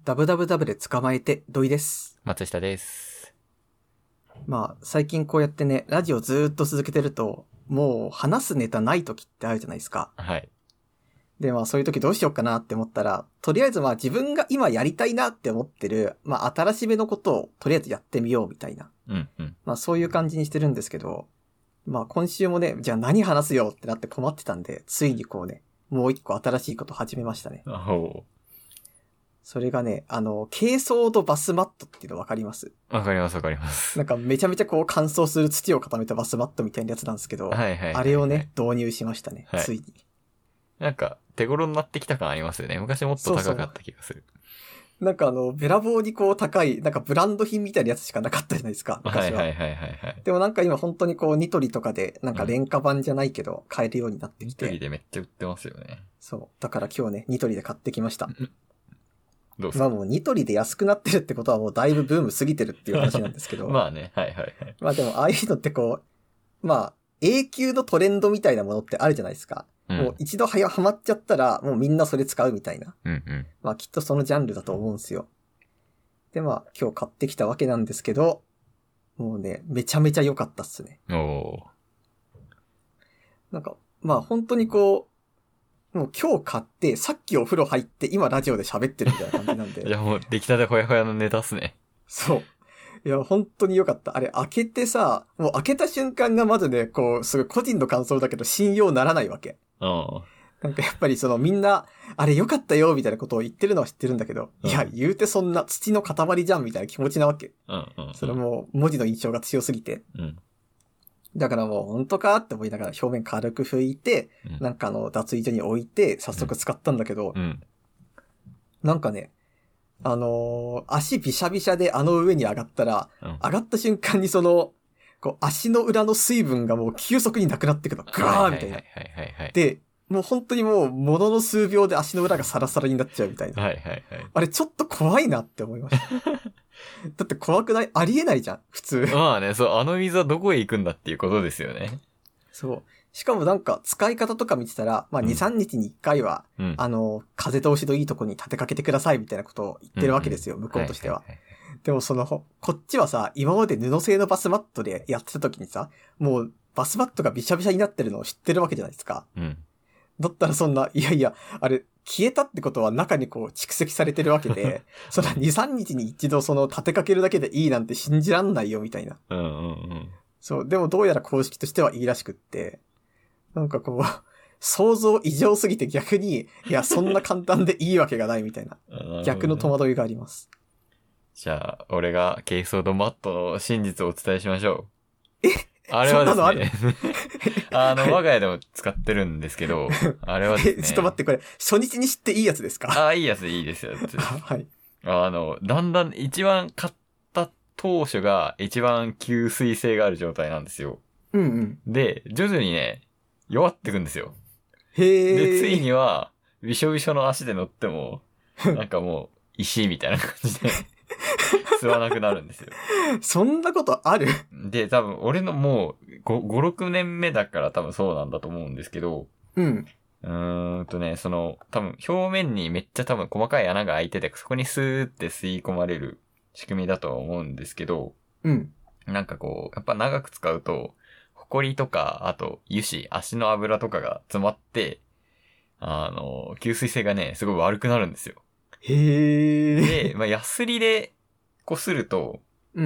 ダブダブダブで捕まえて土井です。 松下です。 まあ最近こうやってね、ラジオずーっと続けてると、もう話すネタない時ってあるじゃないですか。 はい。 でまあそういう時どうしようかなって思ったら、とりあえずまあ自分が今やりたいなって思ってる、まあ新しめのことをとりあえずやってみようみたいな。 うんうん。 まあそういう感じにしてるんですけど、まあ今週もね、じゃあ何話すよってなって困ってたんで、ついにこうね、もう一個新しいこと始めましたね。 おそれがね、珪藻土バスマットっていうの分かります？ わかりますわかります。 なんかめちゃめちゃこう乾燥する土を固めたバスマットみたいなやつなんですけど、 はいはいはいはい、 あれをね、導入しましたね、 はい、 ついに。 なんか手頃になってきた感ありますよね。昔もっと高かった気がする。 そうなんかべらぼうにこう高い、なんかブランド品みたいなやつしかなかったじゃないですか、昔は。 はいはいはいはいはい。 でもなんか今本当にこうニトリとかで、なんか廉価版じゃないけど、買えるようになってきて。 ニトリでめっちゃ売ってますよね。 そう。だから今日ね、ニトリで買ってきました。 どうすか？ まあもうニトリで安くなってるってことはもうだいぶブーム過ぎてるっていう話なんですけど。 まあね、はいはいはい。 まあでもああいうのってこう、まあ永久のトレンドみたいなものってあるじゃないですか。もう一度ハマっちゃったらもうみんなそれ使うみたいな。 うんうん。 まあきっとそのジャンルだと思うんですよ。でまあ今日買ってきたわけなんですけど、もうね、めちゃめちゃ良かったっすね。なんか、まあ本当にこう、もう今日買って、さっきお風呂入って、今ラジオで喋ってるみたいな感じなんで。 いやもう出来たてほやほやのネタっすね。 そう。いや、本当に良かった。あれ、開けてさ、もう開けた瞬間がまずね、こう、すごい個人の感想だけど信用ならないわけ。なんかやっぱりそのみんな、あれ良かったよ、みたいなことを言ってるのは知ってるんだけど、いや、言うてそんな土の塊じゃん、みたいな気持ちなわけ。それも文字の印象が強すぎて。だからもう本当かって思いながら表面軽く拭いて、なんか脱衣所に置いて早速使ったんだけど、なんかね、足びしゃびしゃで上に上がったら、上がった瞬間にこう足の裏の水分がもう急速になくなってくの。ガーみたいな。で、もう本当にもうものの数秒で足の裏がサラサラになっちゃうみたいな。あれちょっと怖いなって思いました。だって怖くない？ありえないじゃん、普通。 まあね、そう、水はどこへ行くんだっていうことですよね。 そう。しかもなんか使い方とか見てたら、まあ2、3日に1回は、風通しのいいとこに立てかけてくださいみたいなことを言ってるわけですよ、向こうとしては。でもこっちはさ、今まで布製のバスマットでやってた時にさ、もうバスマットがびしゃびしゃになってるのを知ってるわけじゃないですか。だったらそんな、いやいや、あれ、消えたってことは中にこう蓄積されてるわけで、その2、3日に一度立てかけるだけでいいなんて信じらんないよみたいな。そう、でもどうやら公式としてはいいらしくって、なんかこう、想像異常すぎて逆に、いや、そんな簡単でいいわけがないみたいな。逆の戸惑いがあります。 じゃあ、俺が珪藻土マットの真実をお伝えしましょう。あれはですね、我が家でも使ってるんですけど、あれはですね。 ちょっと待って、これ、初日に知っていいやつですか？ いいやつでいいですよ。 はい。 だんだん一番買った当初が一番吸水性がある状態なんですよ。で、徐々にね、弱ってくんですよ。で、ついには、びしょびしょの足で乗っても、なんかもう、石みたいな感じで、吸わなくなるんですよ。 そんなことある？ で、多分、俺のもう、5、6年目だから多分そうなんだと思うんですけど、多分、表面にめっちゃ多分細かい穴が開いてて、そこにスーって吸い込まれる仕組みだとは思うんですけど、なんかこう、やっぱ長く使うと、ホコリとか、あと油脂、足の油とかが詰まって、吸水性がね、すごい悪くなるんですよ。で、まあ、ヤスリでこすると、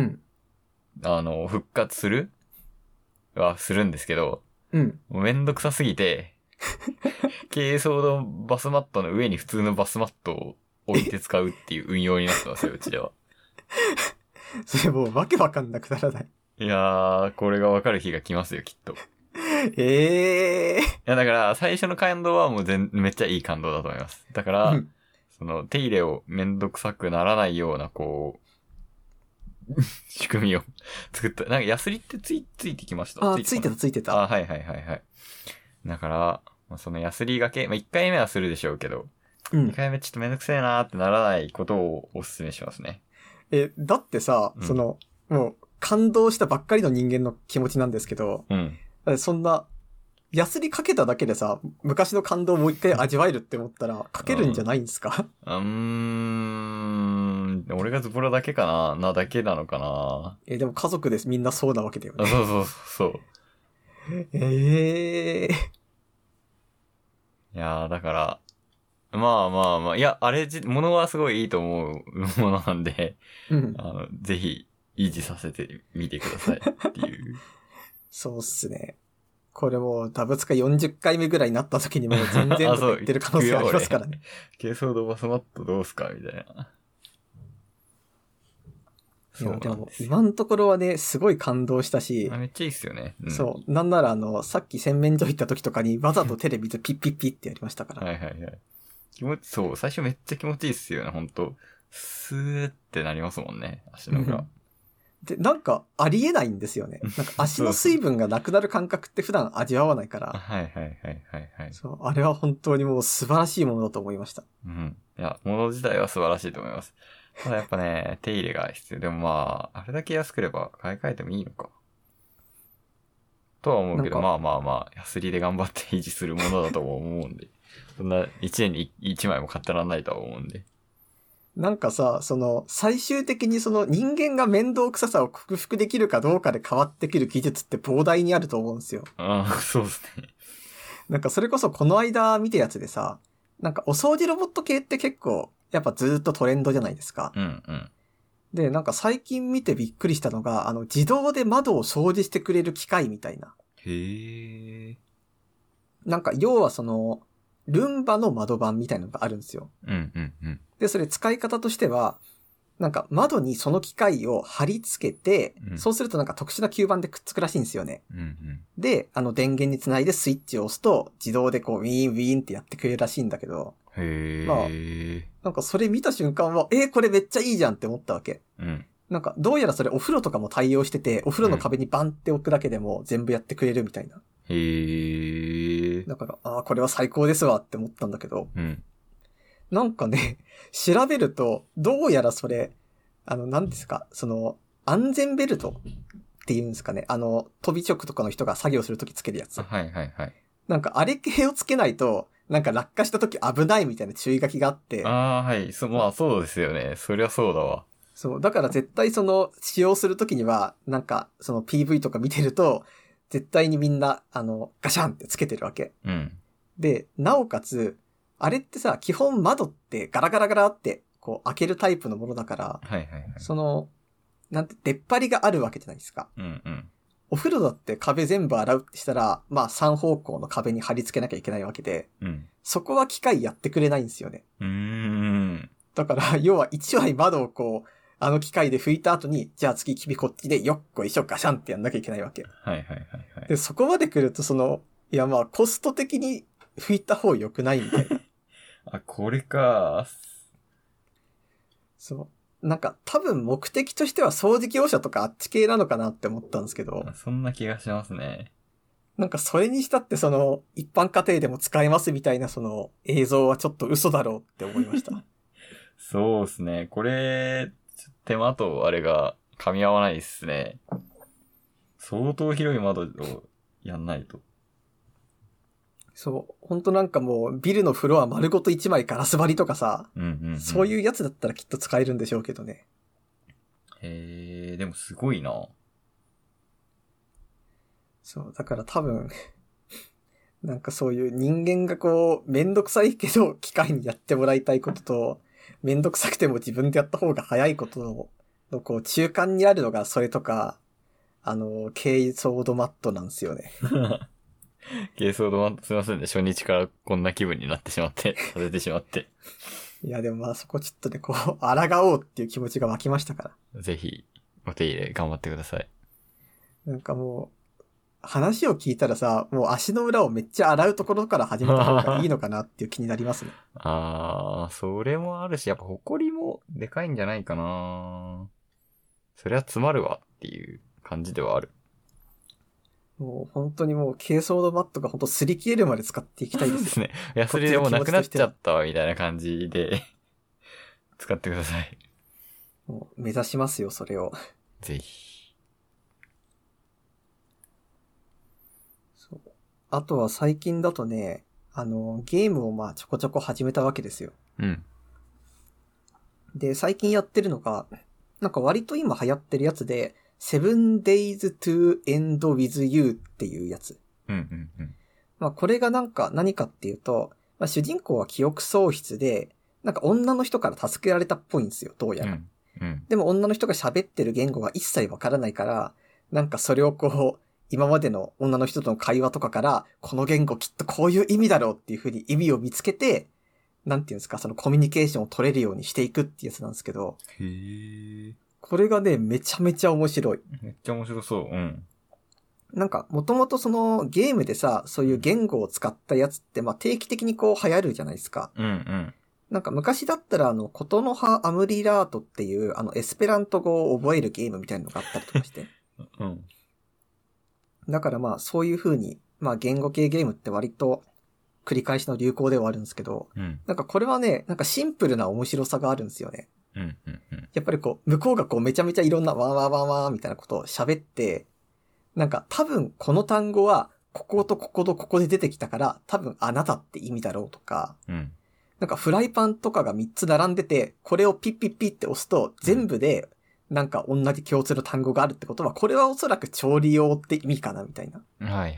復活するんですけど、もうめんどくさすぎて、珪藻土バスマットの上に普通のバスマットを置いて使うっていう運用になってますよ、うちでは。 それもうわけわかんなくならない？ いやー、これがわかる日が来ますよ、きっと。いや、だから、最初の感動はもうめっちゃいい感動だと思います。だから、手入れをめんどくさくならないような、こう、仕組みを作った。なんか、ヤスリってついてきました？ ついてた。 はい。だから、そのヤスリがけ、1回目はするでしょうけど、2回目ちょっとめんどくせえなーってならないことをお勧めしますね。 だってさ、もう、感動したばっかりの人間の気持ちなんですけど、そんな、ヤスリかけただけでさ、昔の感動をもう一回味わえるって思ったら、かけるんじゃないんですか？ 俺がズボラだけかなだけなのかな。 でも家族ですみんなそうなわけだよね。 そう。いやだから、まあ、いや、ものはすごいいいと思うものなんで、ぜひ、維持させてみてくださいっていう。 そうっすね。これもう、ダブツカ40回目ぐらいになった時にもう全然とか言ってる可能性ありますからね。 軽装度バスマットどうすかみたいな。 いや、でも、今のところはね、すごい感動したし。 めっちゃいいっすよね。 そう。なんならさっき洗面所行った時とかにわざとテレビでピッピッピッってやりましたから。 はい。そう、最初めっちゃ気持ちいいっすよね、ほんと。スーってなりますもんね、足の裏。 で、なんか、ありえないんですよね。なんか、足の水分がなくなる感覚って普段味わわないから。 はい。 そう、あれは本当にもう素晴らしいものだと思いました。 いや、もの自体は素晴らしいと思います。ただやっぱね、手入れが必要。でもあれだけ安ければ買い替えてもいいのか。とは思うけど、安りで頑張って維持するものだと思うんで。そんな1年に1枚も買ってらんないとは思うんで。 なんかさ、最終的に人間が面倒くささを克服できるかどうかで変わってくる技術って膨大にあると思うんですよ。 そうですね。 なんかそれこそこの間見たやつでさ、なんかお掃除ロボット系って結構、やっぱずっとトレンドじゃないですか。で、なんか最近見てびっくりしたのが、自動で窓を掃除してくれる機械みたいな。 へー。 なんか要はルンバの窓版みたいなのがあるんですよ。で、それ使い方としては、なんか窓にその機械を貼り付けて、そうするとなんか特殊な吸盤でくっつくらしいんですよね。で、電源につないでスイッチを押すと、自動でこう、ウィーンウィーンってやってくれるらしいんだけど、なんかそれ見た瞬間は、これめっちゃいいじゃんって思ったわけ。なんかどうやらそれお風呂とかも対応してて、お風呂の壁にバンって置くだけでも全部やってくれるみたいな。だから、これは最高ですわって思ったんだけど、なんかね、調べると、どうやらそれ、何ですか、安全ベルトっていうんですかね、飛び直とかの人が作業するときつけるやつ。なんかあれ系をつけないと、なんか落下したとき危ないみたいな注意書きがあって。 そうですよね。そりゃそうだわ。 そう、だから絶対使用するときには、なんかPV とか見てると、絶対にみんな、ガシャンってつけてるわけ。で、なおかつ、あれってさ、基本窓ってガラガラガラって、こう開けるタイプのものだから、出っ張りがあるわけじゃないですか。お風呂だって壁全部洗うってしたら、3方向の壁に貼り付けなきゃいけないわけで、そこは機械やってくれないんですよね。だから、要は1枚窓をこう、機械で拭いた後に、じゃあ次君こっちでよっこいしょガシャンってやんなきゃいけないわけ。で、そこまで来るといやコスト的に拭いた方良くないみたいな。 これか。 そう。なんか多分目的としては掃除業者とかあっち系なのかなって思ったんですけど。 そんな気がしますね。 なんかそれにしたって一般家庭でも使えますみたいな映像はちょっと嘘だろうって思いました。 そうですね。これ、手間とあれが噛み合わないっすね。相当広い窓をやんないと。 そう。ほんとなんかもう、ビルのフロア丸ごと1枚ガラス張りとかさ、そういうやつだったらきっと使えるんでしょうけどね。 でもすごいな。 そう、だから多分、なんかそういう人間がこう、めんどくさいけど、機械にやってもらいたいことと、めんどくさくても自分でやった方が早いことのこう、中間にあるのがそれとか、軽装ドマットなんですよね。 軽装ドマットすいませんね。初日からこんな気分になってしまって、させてしまって。 いやでもそこちょっとね、こう、抗おうっていう気持ちが湧きましたから。 ぜひ、お手入れ頑張ってください。 なんかもう、話を聞いたらさ、もう足の裏をめっちゃ洗うところから始めた方がいいのかなっていう気になりますね。 それもあるし、やっぱ埃もでかいんじゃないかな。そりゃ詰まるわっていう感じではある。 もう本当にもう軽装ドマットが本当擦り切れるまで使っていきたいですね。ヤスリでもうなくなっちゃったわみたいな感じで使ってください。 もう目指しますよ、それを。 ぜひ。 そう。あとは最近だとね、ゲームをちょこちょこ始めたわけですよ。 で、最近やってるのが、なんか割と今流行ってるやつで、7 Days to End with You っていうやつ。まあこれが何かっていうと、まあ主人公は記憶喪失で、なんか女の人から助けられたっぽいんですよ、どうやら。でも女の人が喋ってる言語が一切わからないから、なんかそれをこう、今までの女の人との会話とかから、この言語きっとこういう意味だろうっていう風に意味を見つけて、なんていうんですか、そのコミュニケーションを取れるようにしていくっていうやつなんですけど。 へー。 これがね、めちゃめちゃ面白い。 めっちゃ面白そう。うん。 なんか、もともとそのゲームでさ、そういう言語を使ったやつって、まあ定期的にこう流行るじゃないですか。なんか昔だったらことの葉アムリラートっていうエスペラント語を覚えるゲームみたいなのがあったりとかして。だからまあそういう風に、まあ言語系ゲームって割と繰り返しの流行ではあるんですけど、なんかこれはね、なんかシンプルな面白さがあるんですよね。やっぱりこう、向こうがこうめちゃめちゃいろんなワーワーワーワーみたいなことを喋って、なんか多分この単語はこことこことここで出てきたから多分あなたって意味だろうとか、なんかフライパンとかが3つ並んでて、これをピッピッピッって押すと全部でなんか同じ共通の単語があるってことは、これはおそらく調理用って意味かなみたいな。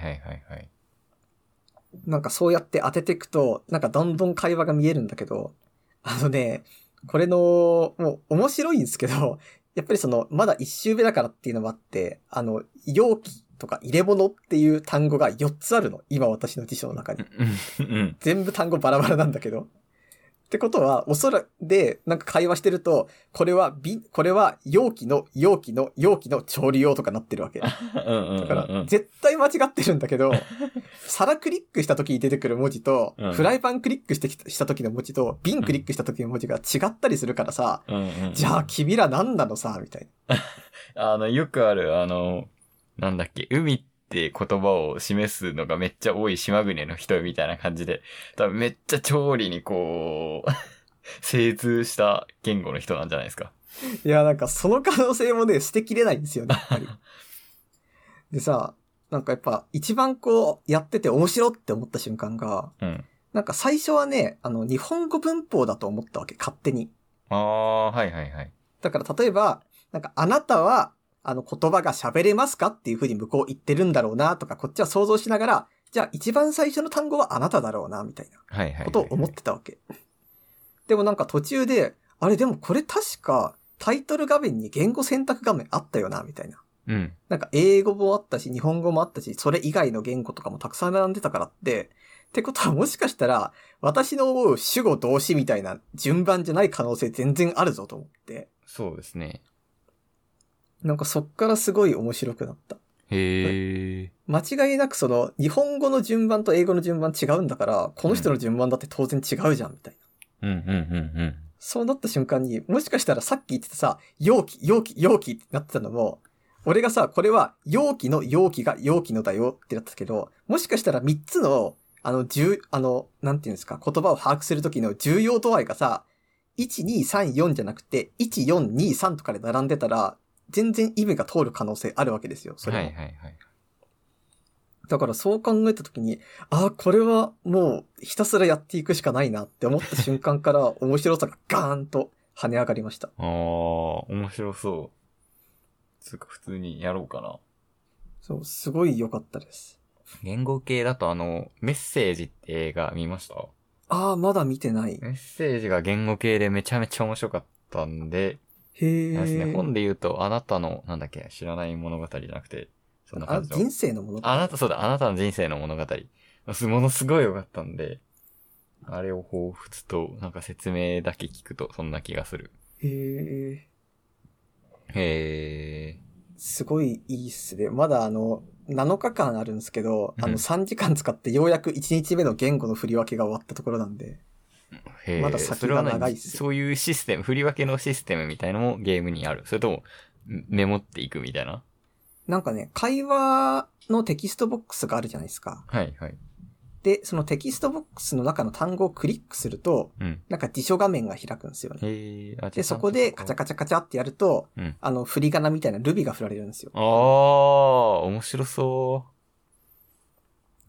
なんかそうやって当てていくと、なんかどんどん会話が見えるんだけど、これの、もう面白いんですけど、やっぱりまだ一周目だからっていうのもあって、容器とか入れ物っていう単語が4つあるの。今私の辞書の中に。全部単語バラバラなんだけど。ってことは、おそらくで、なんか会話してると、これは容器の調理用とかなってるわけ。だから、絶対間違ってるんだけど、皿クリックした時に出てくる文字と、フライパンクリックした時の文字と、瓶クリックした時の文字が違ったりするからさ、じゃあ君ら何なのさ、みたいな。よくある、なんだっけ、海って言葉を示すのがめっちゃ多い島国の人みたいな感じで、多分めっちゃ調理にこう、精通した言語の人なんじゃないですか。 いや、なんかその可能性もね、捨てきれないんですよね、やっぱり。でさ、なんかやっぱ一番こうやってて面白って思った瞬間が、なんか最初はね、日本語文法だと思ったわけ、勝手に。だから例えば、なんかあなたは、言葉が喋れますかっていう風に向こう言ってるんだろうなとか、こっちは想像しながら、じゃあ一番最初の単語はあなただろうな、みたいなことを思ってたわけ。でもなんか途中で、あれでもこれ確かタイトル画面に言語選択画面あったよな、みたいな。なんか英語もあったし、日本語もあったし、それ以外の言語とかもたくさん並んでたからってことはもしかしたら、私の思う主語動詞みたいな順番じゃない可能性全然あるぞと思って。 そうですね。 なんかそっからすごい面白くなった。 へー。 間違いなく日本語の順番と英語の順番違うんだから、この人の順番だって当然違うじゃん、みたいな。そうなった瞬間に、もしかしたらさっき言ってたさ、容器ってなってたのも、俺がさ、これは容器の容器が容器のだよってなったけど、もしかしたら3つの、なんていうんですか、言葉を把握するときの重要度合いがさ、1234じゃなくて、1423とかで並んでたら、全然意味が通る可能性あるわけですよ、それは。だからそう考えたときに、これはもうひたすらやっていくしかないなって思った瞬間から面白さがガーンと跳ね上がりました。 面白そう。つうか普通にやろうかな。 そう、すごい良かったです。 言語系だとメッセージって映画見ました？ まだ見てない。 メッセージが言語系でめちゃめちゃ面白かったんで、ですね。本で言うと、あなたの、なんだっけ、知らない物語じゃなくて、そんな感じの。 人生の物語。 そうだ、あなたの人生の物語。ものすごい良かったんで、あれを彷彿と、なんか説明だけ聞くと、そんな気がする。 へー。すごいいいっすね。まだ7日間あるんですけど、3時間使ってようやく1日目の言語の振り分けが終わったところなんで、まだ先が長いっすよ。 そういうシステム、振り分けのシステムみたいのもゲームにある。それとも、メモっていくみたいな。 なんかね、会話のテキストボックスがあるじゃないですか。で、そのテキストボックスの中の単語をクリックすると、なんか辞書画面が開くんですよね。で、そこでカチャカチャカチャってやると、振り仮名みたいなルビが振られるんですよ。 面白そう。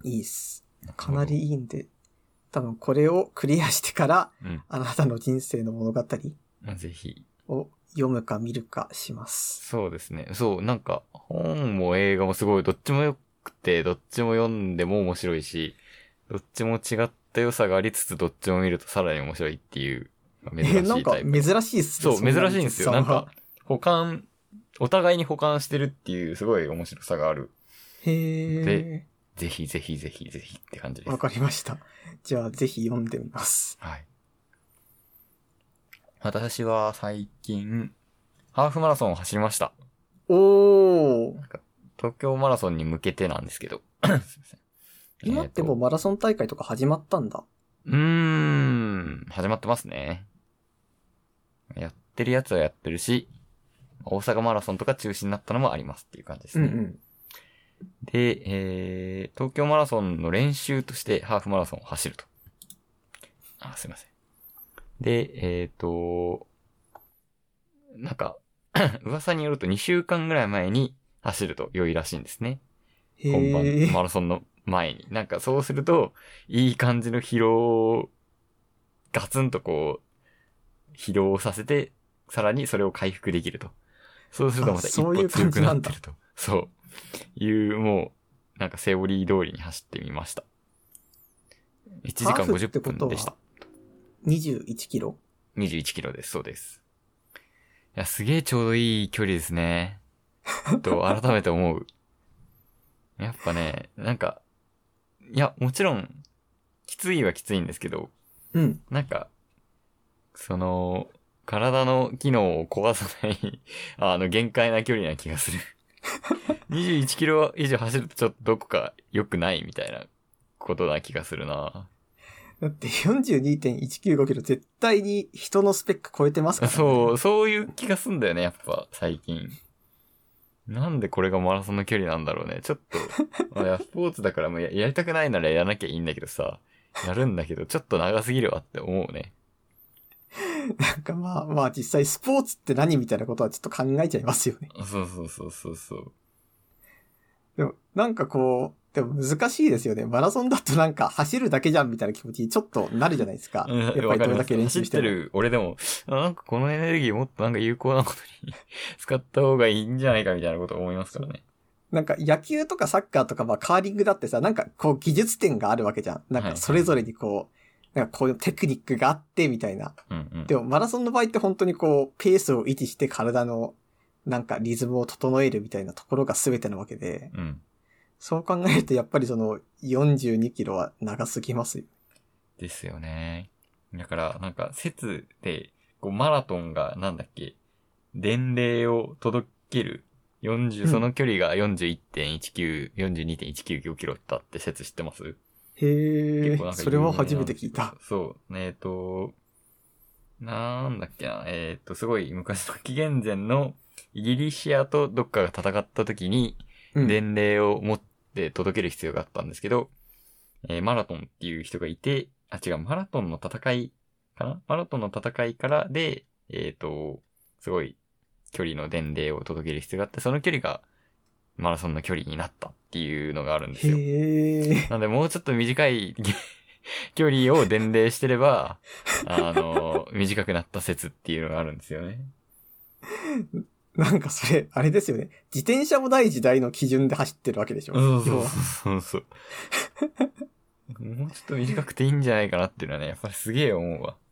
いいっす。かなりいいんで、多分これをクリアしてから、あなたの人生の物語ぜひ。 を読むか見るかします。 そうですね。そう、なんか、本も映画もすごい、どっちも良くて、どっちも読んでも面白いし、どっちも違った良さがありつつ、どっちも見るとさらに面白いっていう、珍しいタイプ。 なんか珍しいっすね。そう、珍しいんですよ。なんか、お互いに補完してるっていう、すごい面白さがある。で、ぜひぜひぜひぜひって感じです。 わかりました。じゃあ、ぜひ読んでみます。 はい。私は最近、ハーフマラソンを走りました。 おー。 なんか東京マラソンに向けてなんですけど。すいません。 今ってもうマラソン大会とか始まったんだ。 始まってますね。やってるやつはやってるし、大阪マラソンとか中止になったのもありますっていう感じですね。うんうん、で、東京マラソンの練習としてハーフマラソンを走ると。すいません。で、なんか、噂によると2週間ぐらい前に走ると良いらしいんですね。本番、マラソンの前に。なんかそうすると、いい感じの疲労を、ガツンとこう、疲労させて、さらにそれを回復できると。そうするとまた一歩強くなってると。そういう、もう、なんかセオリー通りに走ってみました。1時間50分でした。 21キロ ?21 キロです、そうです。いや、すげえちょうどいい距離ですね。と、改めて思う。やっぱね、なんか、いや、もちろん、きついはきついんですけど、 うん。 なんか、体の機能を壊さない限界な距離な気がする。21キロ以上走るとちょっとどこか良くないみたいなことな気がするな。 だって 42.195 キロ絶対に人のスペック超えてますからね。 そういう気がすんだよね、やっぱ最近。なんでこれがマラソンの距離なんだろうね。ちょっと、いや、スポーツだからもうやりたくないならやらなきゃいいんだけどさ、やるんだけどちょっと長すぎるわって思うね。 なんかまあ実際スポーツって何みたいなことはちょっと考えちゃいますよね。 そう。 でもなんかこう、でも難しいですよね。マラソンだとなんか走るだけじゃんみたいな気持ちにちょっとなるじゃないですか。やっぱりどれだけ練習しても。 走ってる俺でも、なんかこのエネルギーもっとなんか有効なことに使った方がいいんじゃないかみたいなことを思いますからね。 なんか野球とかサッカーとかカーリングだってさ、なんかこう技術点があるわけじゃん。なんかそれぞれにこう、なんかこういうテクニックがあってみたいな。でもマラソンの場合って本当にこうペースを維持して体のなんかリズムを整えるみたいなところが全てなわけで。そう考えるとやっぱりその42キロは長すぎますよ。 ですよね。だからなんか説でこうマラソンがなんだっけ、伝令を届けるその距離が 42.195 キロだって説知ってます？ へー、それは初めて聞いた。 そう。なんだっけな、すごい昔の紀元前のイギリシアとどっかが戦った時に、伝令を持って届ける必要があったんですけど、マラトンっていう人がいて、マラトンの戦いかな？マラトンの戦いからで、すごい距離の伝令を届ける必要があって、その距離がマラソンの距離になったっていうのがあるんですよ。なのでもうちょっと短い距離を伝令してれば、短くなった説っていうのがあるんですよね。 なんかそれ、あれですよね。自転車もない時代の基準で走ってるわけでしょ。 そう。もうちょっと短くていいんじゃないかなっていうのはね、やっぱりすげえ思うわ。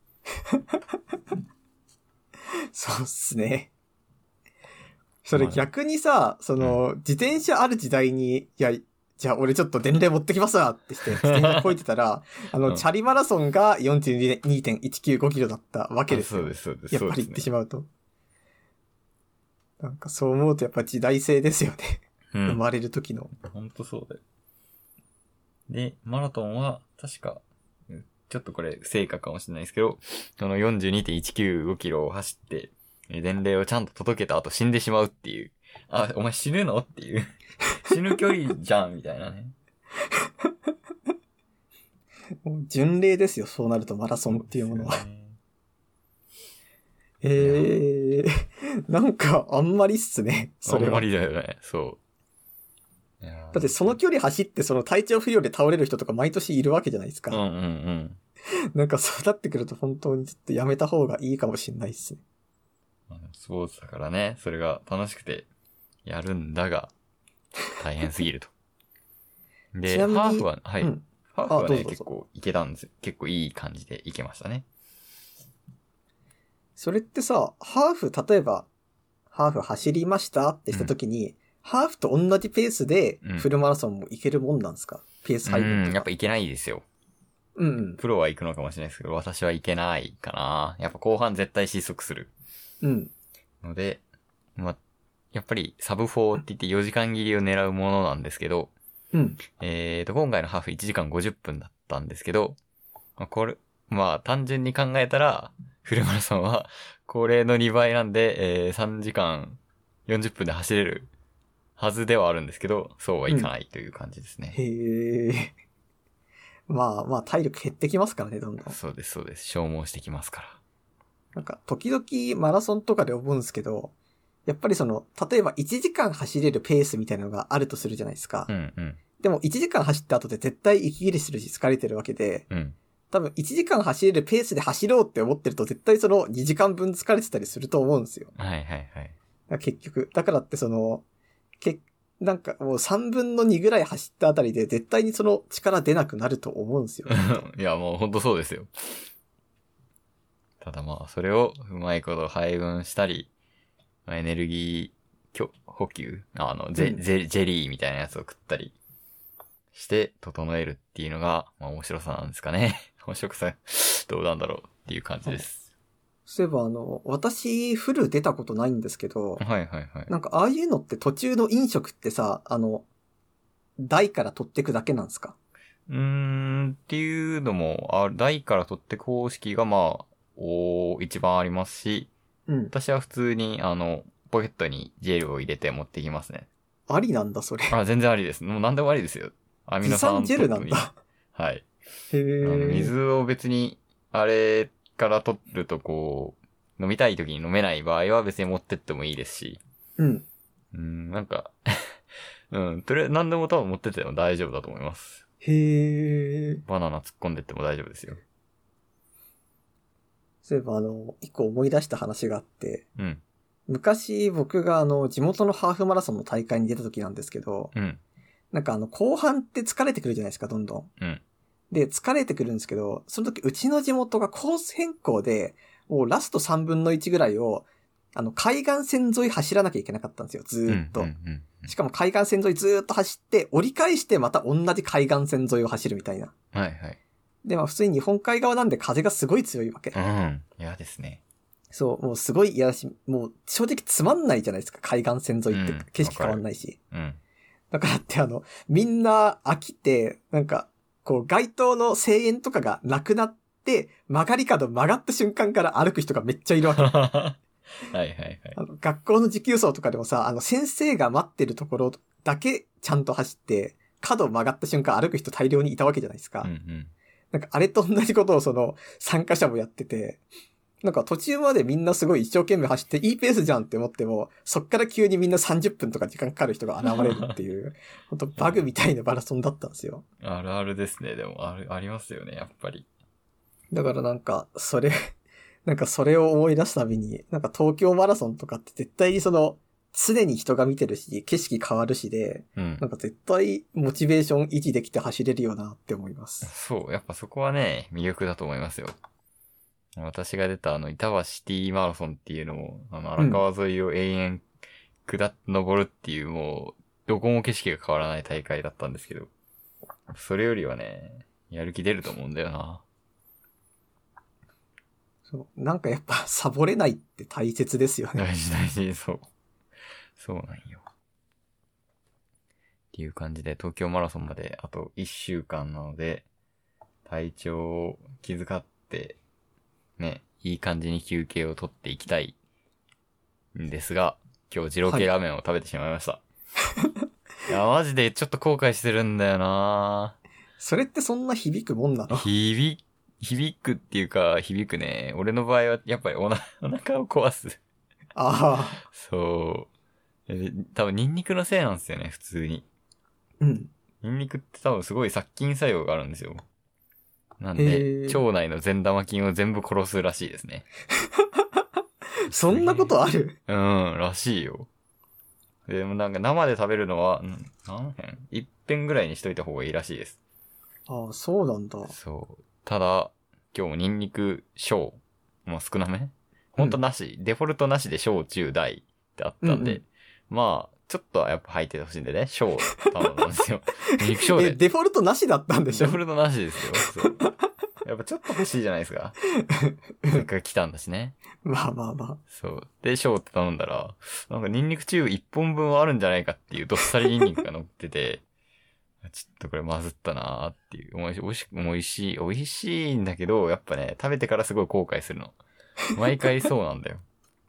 そうっすね。それ逆にさ、自転車ある時代に、じゃあ俺ちょっと伝令持ってきますわってして、自転車こいてたら、チャリマラソンが 42.195 キロだったわけですよ。 そうです。 やっぱり言ってしまうと。なんかそう思うとやっぱ時代性ですよね。生まれる時の。 ほんとそうだよ。で、マラソンは確か、ちょっとこれ不正確かもしれないですけど、その 42.195 キロを走って、伝令をちゃんと届けた後死んでしまうっていう。お前死ぬのっていう。死ぬ距離じゃんみたいなね。 もう巡礼ですよ、そうなるとマラソンっていうものは。なんかあんまりっすね、それは。 あんまりだよね、そう。 だってその距離走ってその体調不良で倒れる人とか毎年いるわけじゃないですか。 なんかそうなってくると本当にちょっとやめた方がいいかもしれないっすね。 スポーツだからね、それが楽しくてやるんだが、大変すぎると。で、ハーフは、はい。ハーフはね、結構いけたんですよ。結構いい感じでいけましたね。 それってさ、ハーフ、例えば、ハーフ走りましたってした時に、ハーフと同じペースでフルマラソンもいけるもんなんですか？ペース配分とか。 やっぱいけないですよ。 うんうん。 プロは行くのかもしれないですけど、私はいけないかな。やっぱ後半絶対失速する。 うん。 ので、まあ、やっぱりサブ4って言って4時間切りを狙うものなんですけど、 うん。 今回のハーフ1時間50分だったんですけど、まあ単純に考えたら、フルマラソンはこれの2倍なんで、3時間40分で走れるはずではあるんですけど、そうはいかないという感じですね。 へえ。まあ体力減ってきますからね、どんどん。 そうです、そうです。消耗してきますから。 なんか時々マラソンとかで思うんですけど、やっぱり例えば1時間走れるペースみたいなのがあるとするじゃないですか。 うんうん。 でも1時間走った後で絶対息切れするし疲れてるわけで、多分1時間走れるペースで走ろうって思ってると絶対2時間分疲れてたりすると思うんですよ。 はいはいはい。 結局。だからってなんかもう3分の2ぐらい走ったあたりで絶対に力出なくなると思うんですよ。 いやもうほんとそうですよ。ただまあそれをうまいこと配分したり、エネルギー補給ジェリーみたいなやつを食ったりして整えるっていうのが、まあ面白さなんですかね。面白さ、どうなんだろうっていう感じです。 そういえば私フル出たことないんですけど、 はいはいはい。 なんかああいうのって途中の飲食ってさ、台から取ってくだけなんですか？ っていうのも、台から取って公式がまあ、一番ありますし、私は普通にポケットにジェルを入れて持ってきますね。 ありなんだ、それ。 全然ありです。もう何でもありですよ。アミノ酸ジェルなんだ。 はい。 へー。 水を別に、あれから取ると飲みたい時に飲めない場合は別に持ってってもいいですし。なんかとりあえず何でも多分持ってっても大丈夫だと思います。 へー。 バナナ突っ込んでっても大丈夫ですよ。 そういえば一個思い出した話があって、昔僕が地元のハーフマラソンの大会に出た時なんですけど、なんか後半って疲れてくるじゃないですか、どんどん。で、疲れてくるんですけど、その時うちの地元がコース変更で、もうラスト3分の1ぐらいを、海岸線沿い走らなきゃいけなかったんですよ、ずーっと。しかも海岸線沿いずーっと走って、折り返してまた同じ海岸線沿いを走るみたいな。 はいはい。 で、まあ普通に日本海側なんで風がすごい強いわけ。 嫌ですね。 そう、もうすごい嫌だし、もう正直つまんないじゃないですか、海岸線沿いって景色変わんないし。だからってみんな飽きて、なんか、街灯の声援とかがなくなって、曲がり角曲がった瞬間から歩く人がめっちゃいるわけ。 はいはいはい。 学校の持久走とかでもさ、先生が待ってるところだけちゃんと走って、角曲がった瞬間歩く人大量にいたわけじゃないですか。なんかあれと同じことを参加者もやってて、なんか途中までみんなすごい一生懸命走っていいペースじゃんって思っても、そっから急にみんな30分とか時間かかる人が現れるっていう、本当バグみたいなマラソンだったんですよ。 あるあるですね。でもありますよね、やっぱり。 だからなんかそれを思い出すたびに、なんか東京マラソンとかって絶対に常に人が見てるし、景色変わるしで、なんか絶対モチベーション維持できて走れるよなって思います。 そう、やっぱそこはね、魅力だと思いますよ。私が出た板橋シティマラソンっていうのも、荒川沿いを永遠登るっていうもう、どこも景色が変わらない大会だったんですけど、それよりはね、やる気出ると思うんだよな。 そう。なんかやっぱサボれないって大切ですよね。 大事、そう。そうなんよ。っていう感じで、東京マラソンまであと1週間なので、体調を気遣って、ね、いい感じに休憩をとっていきたいんですが、今日二郎系ラーメンを食べてしまいました。いや、マジでちょっと後悔してるんだよな。 それってそんな響くもんなの？ 響くっていうか、響くね。俺の場合はやっぱりお腹を壊す。 ああ。 そう。多分ニンニクのせいなんですよね、普通に。ニンニクって多分すごい殺菌作用があるんですよ。 なんで、腸内の善玉菌を全部殺すらしいですね。 そんなことある？ らしいよ。でもなんか生で食べるのは、何片 ?1 片ぐらいにしといた方がいいらしいです。 ああ、そうなんだ。 そう。ただ、今日もニンニク小、まあ少なめほんとなし、デフォルトなしで小中大ってあったんで、まあ、ちょっとはやっぱ入っててほしいんでね、小頼んだんですよ。ニンニク小で。 デフォルトなしだったんでしょ？ デフォルトなしですよ。そう。やっぱちょっと欲しいじゃないですか。せっかく来たんだしね。 まあまあまあ。 そう。で、小って頼んだら、なんかニンニクチューブ1本分はあるんじゃないかっていうどっさりニンニクが乗ってて、ちょっとこれまずったなーっていう。美味しいんだけど、やっぱね、食べてからすごい後悔するの。毎回そうなんだよ。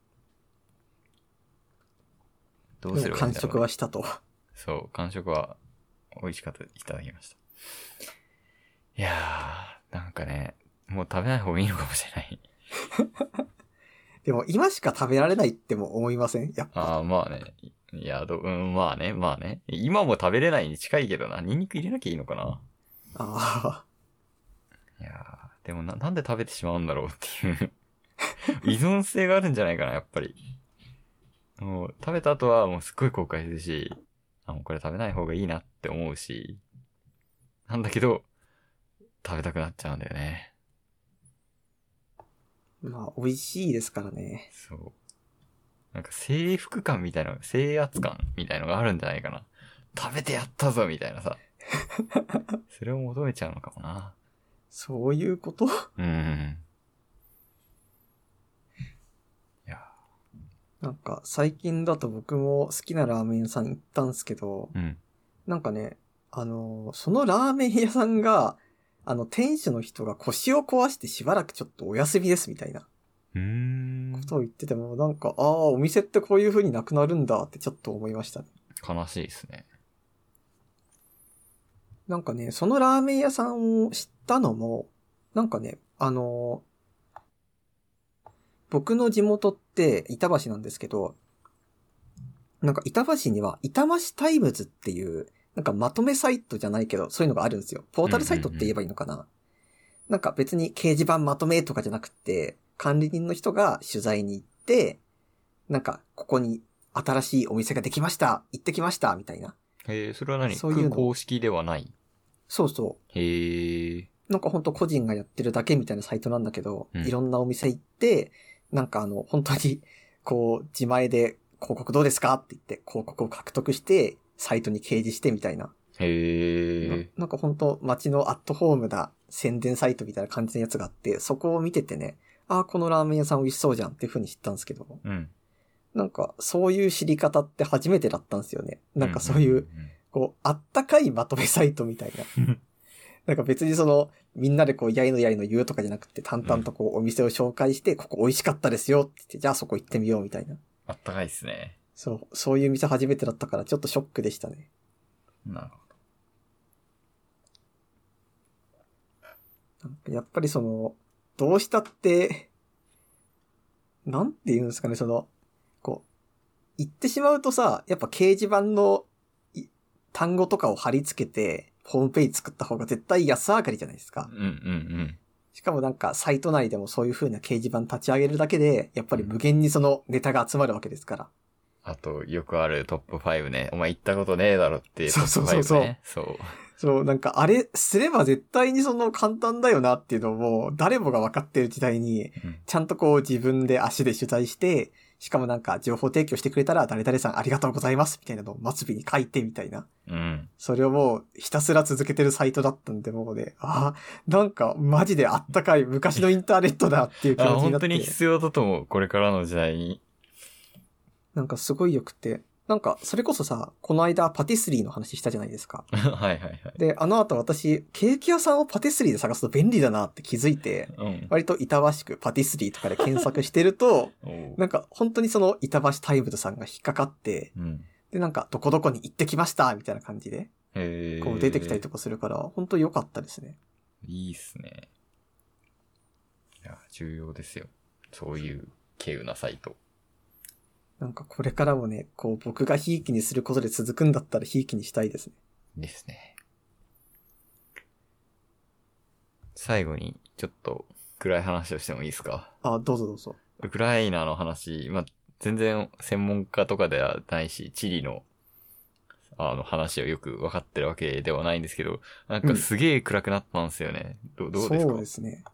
どうすればいいんだろう、ね。 完食はしたと。 そう、完食は美味しかった、いただきました。いやー、なんかね、もう食べない方がいいのかもしれない。 でも今しか食べられないっても思いません？やっぱ。 ああ、まあね。いや、まあね。今も食べれないに近いけどな。ニンニク入れなきゃいいのかな。 ああ。 いやー、でもなんで食べてしまうんだろうっていう。依存性があるんじゃないかな、やっぱり。もう、食べた後はもうすっごい後悔するし、もうこれ食べない方がいいなって思うし、なんだけど、食べたくなっちゃうんだよね。 まあ、美味しいですからね。 そう。なんか征服感みたいな、制圧感みたいのがあるんじゃないかな。食べてやったぞみたいなさ。それを求めちゃうのかもな。 そういうこと？ うん。いや。 なんか最近だと僕も好きなラーメン屋さん行ったんすけど、なんかね、そのラーメン屋さんが、店主の人が腰を壊してしばらくちょっとお休みですみたいな。ことを言ってても、なんか、お店ってこういう風になくなるんだってちょっと思いましたね。 悲しいですね。 なんかね、そのラーメン屋さんを知ったのも、なんかね、僕の地元って板橋なんですけど、なんか板橋には板橋タイムズっていう、なんかまとめサイトじゃないけど、そういうのがあるんですよ。ポータルサイトって言えばいいのかな。なんか別に掲示板まとめとかじゃなくて、管理人の人が取材に行って、なんかここに新しいお店ができました、行ってきました、みたいな。 それは何？そういう公式ではない？ そうそう。なんかほんと個人がやってるだけみたいなサイトなんだけど、いろんなお店行って、なんか本当に、こう、自前で広告どうですかって言って、広告を獲得して、サイトに掲示してみたいな。なんかほんと街のアットホームな宣伝サイトみたいな感じのやつがあって、そこを見ててね、このラーメン屋さん美味しそうじゃんっていう風に知ったんですけど、なんかそういう知り方って初めてだったんですよね。なんかそういう、こう、あったかいまとめサイトみたいな。なんか別にみんなでこう、やいの言うとかじゃなくて、淡々とこう、お店を紹介して、ここ美味しかったですよって言って、じゃあそこ行ってみようみたいな。 あったかいっすね。 そういう店初めてだったからちょっとショックでしたね。 なるほど。なんかやっぱりどうしたって、なんて言うんですかね、こう、言ってしまうとさ、やっぱ掲示板の単語とかを貼り付けて、ホームページ作った方が絶対安上がりじゃないですか。しかもなんかサイト内でもそういう風な掲示板立ち上げるだけで、やっぱり無限にネタが集まるわけですから。 あと、よくあるトップ5ね。お前行ったことねえだろっていうトップ5ね。 そう、なんかあれすれば絶対に簡単だよなっていうのも誰もが分かってる時代に、ちゃんとこう自分で足で取材して、しかもなんか情報提供してくれたら誰々さんありがとうございますみたいなのを末尾に書いてみたいな。それをもうひたすら続けてるサイトだったんで、もうね、なんかマジであったかい昔のインターネットだっていう気持ちになって。 本当に必要だと思う。これからの時代に。 なんかすごい良くて。なんか、それこそさ、この間パティスリーの話したじゃないですか。 はい。 で、後私、ケーキ屋さんをパティスリーで探すと便利だなって気づいて、割と板橋区パティスリーとかで検索してると、なんか本当に板橋タイムズさんが引っかかって、で、なんかどこどこに行ってきましたみたいな感じで、こう出てきたりとかするから、本当良かったですね。 いいっすね。いや、重要ですよ。そういう稀有なサイト。 なんかこれからもね、こう僕がひいきにすることで続くんだったらひいきにしたいですね。 ですね。 最後に、ちょっと、暗い話をしてもいいですか？ あ、どうぞどうぞ。 ウクライナの話、全然専門家とかではないし、地理の、話をよく分かってるわけではないんですけど、なんかすげえ暗くなったんですよね。どうですか？ そうですね。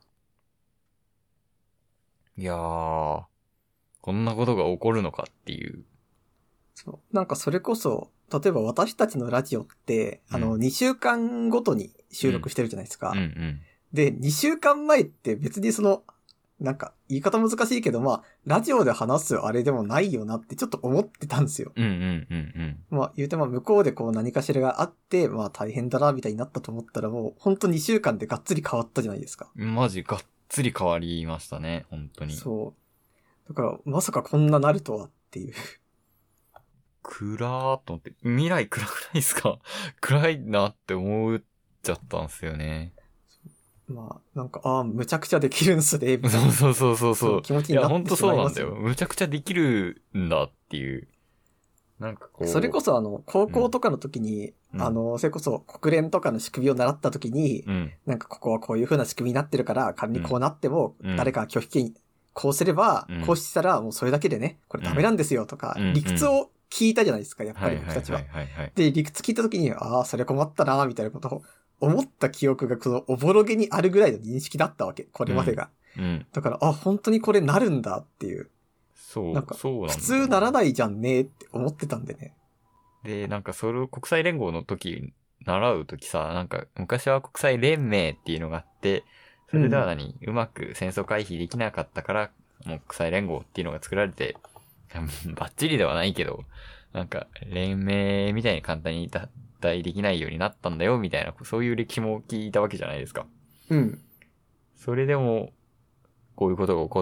いやー、こんなことが起こるのかっていう。 そう。なんかそれこそ、例えば私たちのラジオって、2週間ごとに収録してるじゃないですか。 うんうん。 で、2週間前って別になんか言い方難しいけど、ラジオで話すあれでもないよなってちょっと思ってたんですよ。 うんうんうんうん。 言うて向こうで何かしらがあって、大変だなみたいになったと思ったらもうほんと2週間でがっつり変わったじゃないですか。 マジがっつり変わりましたね、本当に。 そう。だからまさかこんななるとはっていう。 暗ーと思って、未来暗くないですか？暗いなって思っちゃったんですよね。 なんか、むちゃくちゃできるんすね、みたいな。 そう。 気持ちになってしまいますよ。いや、 ほんとそうなんだよ。むちゃくちゃできるんだっていう。なんかこう。 それこそ高校とかの時に、それこそ国連とかの仕組みを習った時に、なんかここはこういう風な仕組みになってるから、仮にこうなっても、誰か拒否権、こうすれば、こうしたらもうそれだけでね、これダメなんですよとか、理屈を聞いたじゃないですか、やっぱり僕たちは。で、理屈聞いた時に、それ困ったな、みたいなことを思った記憶がおぼろげにあるぐらいの認識だったわけ、これまでが。だから、本当にこれなるんだっていう。なんか、普通ならないじゃんねって思ってたんでね。 で、なんかそれを国際連合の時、習う時さ、なんか昔は国際連盟っていうのがあって、それではうまく戦争回避できなかったから、もう国際連合っていうのが作られて、バッチリではないけど、なんか連盟みたいに簡単に脱退できないようになったんだよ、みたいな、そういう歴史も聞いたわけじゃないですか。 うん。 それでも、こういうことが起こって、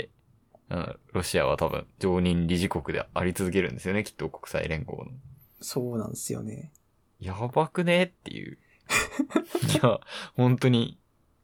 ロシアは多分常任理事国であり続けるんですよね、きっと国際連合の。 そうなんですよね。 やばくねっていう。いや、本当に。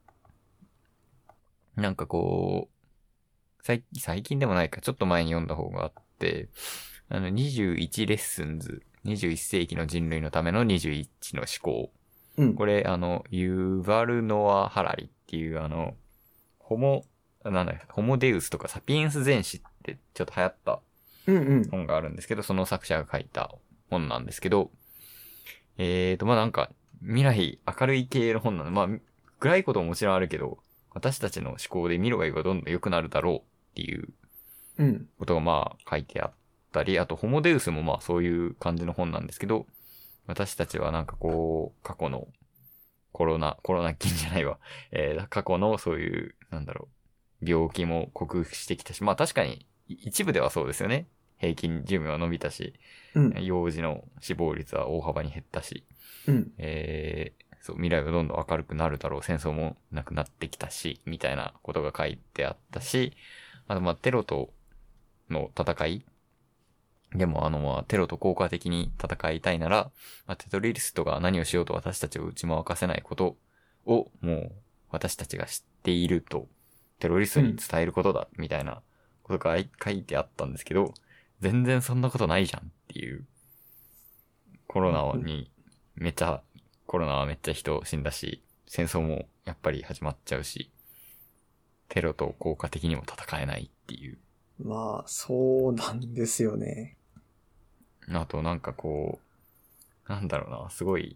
なんかこう、最近でもないか、ちょっと前に読んだ方があって、21レッスンズ、21世紀の人類のための21の思考。これ、ユーバルノア・ハラリっていうホモデウスとかサピエンス全史ってちょっと流行った本があるんですけど、その作者が書いた本なんですけど、なんか、未来明るい系の本なの。暗いことももちろんあるけど、私たちの思考で未来がどんどん良くなるだろうっていうことが書いてあったり、あとホモデウスもそういう感じの本なんですけど、私たちはなんかこう、過去のコロナ菌じゃないわ。過去のそういう、病気も克服してきたし、確かに一部ではそうですよね。平均寿命は伸びたし、幼児の死亡率は大幅に減ったし、そう、未来はどんどん明るくなるだろう。戦争もなくなってきたし、みたいなことが書いてあったし、あとテロとの戦いでもテロと効果的に戦いたいなら、テロリストが何をしようと私たちを打ち負かせないことを、もう私たちが知っていると、テロリストに伝えることだ、みたいなことが書いてあったんですけど、全然そんなことないじゃんっていう。コロナはめっちゃ人死んだし、戦争もやっぱり始まっちゃうし、テロと効果的にも戦えないっていう。 そうなんですよね。 あとなんかこう、すごい、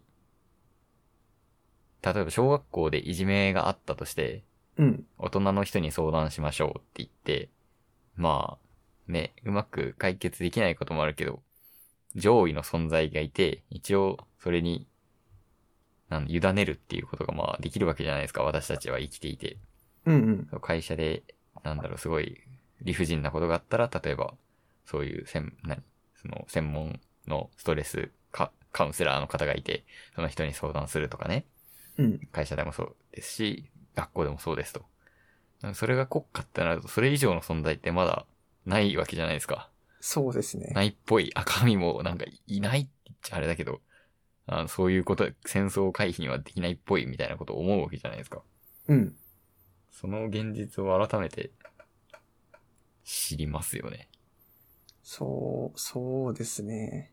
例えば小学校でいじめがあったとして、大人の人に相談しましょうって言って、うまく解決できないこともあるけど、上位の存在がいて、一応それに、委ねるっていうことができるわけじゃないですか、私たちは生きていて。会社で、すごい理不尽なことがあったら、例えば、そういう専門のストレスカウンセラーの方がいて、その人に相談するとかね。会社でもそうですし、学校でもそうですと。それが国家ってなると、それ以上の存在ってまだないわけじゃないですか。 そうですね。 ないっぽい。神もいないって言っちゃあれだけど、そういうこと、戦争回避にはできないっぽいみたいなことを思うわけじゃないですか。その現実を改めて知りますよね。 そうですね。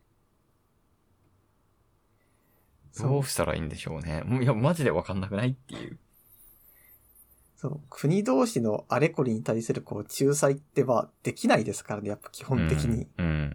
どうしたらいいんでしょうね。いや、マジでわかんなくないっていう。 そう、国同士のあれこれに対するこう仲裁ってできないですからね、やっぱ基本的に。